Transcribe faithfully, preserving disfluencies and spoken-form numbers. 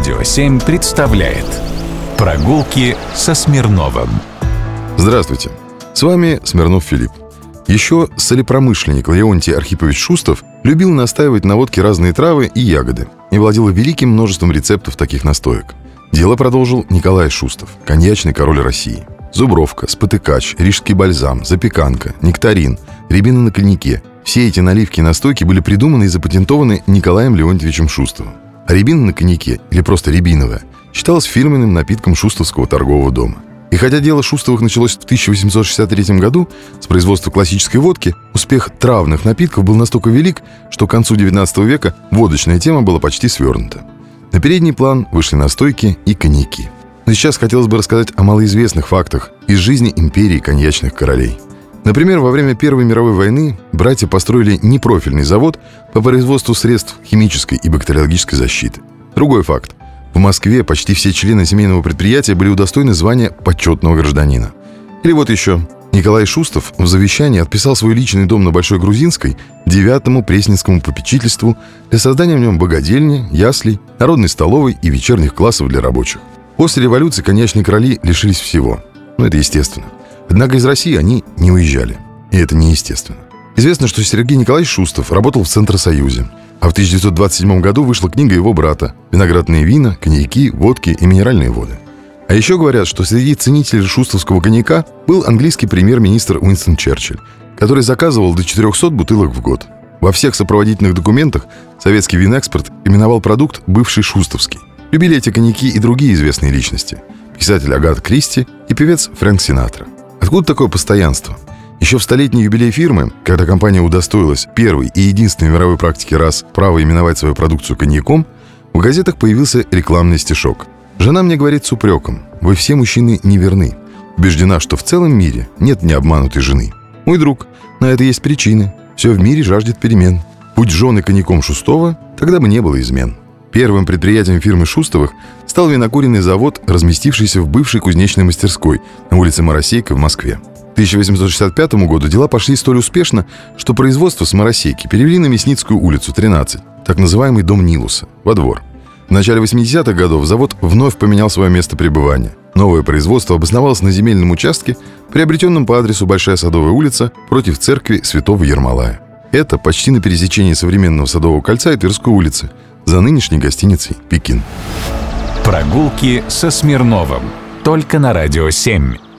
Радио семь представляет «Прогулки со Смирновым». Здравствуйте, с вами Смирнов Филипп. Еще солепромышленник Леонтий Архипович Шустов любил настаивать на водке разные травы и ягоды и владел великим множеством рецептов таких настоек. Дело продолжил Николай Шустов, коньячный король России. Зубровка, спотыкач, рижский бальзам, запеканка, нектарин, рябина на коньяке – все эти наливки и настойки были придуманы и запатентованы Николаем Леонтьевичем Шустовым. А рябина на коньяке, или просто рябиновая, считалась фирменным напитком Шустовского торгового дома. И хотя дело Шустовых началось в тысяча восемьсот шестьдесят третьем году с производства классической водки, успех травных напитков был настолько велик, что к концу девятнадцатого века водочная тема была почти свернута. На передний план вышли настойки и коньяки. Но сейчас хотелось бы рассказать о малоизвестных фактах из жизни империи коньячных королей. Например, во время Первой мировой войны братья построили непрофильный завод по производству средств химической и бактериологической защиты. Другой факт. В Москве почти все члены семейного предприятия были удостоены звания почетного гражданина. Или вот еще. Николай Шустов в завещании отписал свой личный дом на Большой Грузинской девятому Пресненскому попечительству для создания в нем богадельни, яслей, народной столовой и вечерних классов для рабочих. После революции коньячные короли лишились всего. Ну, это естественно. Однако из России они не уезжали. И это неестественно. Известно, что Сергей Николаевич Шустов работал в Центросоюзе. А в тысяча девятьсот двадцать седьмом году вышла книга его брата «Виноградные вина, коньяки, водки и минеральные воды». А еще говорят, что среди ценителей шустовского коньяка был английский премьер-министр Уинстон Черчилль, который заказывал до четырехсот бутылок в год. Во всех сопроводительных документах советский винэкспорт именовал продукт «бывший шустовский». Любили эти коньяки и другие известные личности – писатель Агата Кристи и певец Фрэнк Синатра. Откуда такое постоянство? Еще в столетний юбилей фирмы, когда компания удостоилась первой и единственной в мировой практике раз права именовать свою продукцию коньяком, в газетах появился рекламный стишок. «Жена мне говорит с упреком: вы все мужчины неверны. Убеждена, что в целом мире нет необманутой жены. Мой друг, на это есть причины. Все в мире жаждет перемен. Будь жены коньяком Шустова, тогда бы не было измен». Первым предприятием фирмы Шустовых стал винокуренный завод, разместившийся в бывшей кузнечной мастерской на улице Моросейка в Москве. К тысяча восемьсот шестьдесят пятому году дела пошли столь успешно, что производство с Моросейки перевели на Мясницкую улицу, тринадцать, так называемый дом Нилуса, во двор. В начале восьмидесятых годов завод вновь поменял свое место пребывания. Новое производство обосновалось на земельном участке, приобретенном по адресу Большая Садовая улица против церкви Святого Ермолая. Это почти на пересечении современного Садового кольца и Тверской улицы, за нынешней гостиницей «Пекин». Прогулки со Смирновым. Только на Радио семь.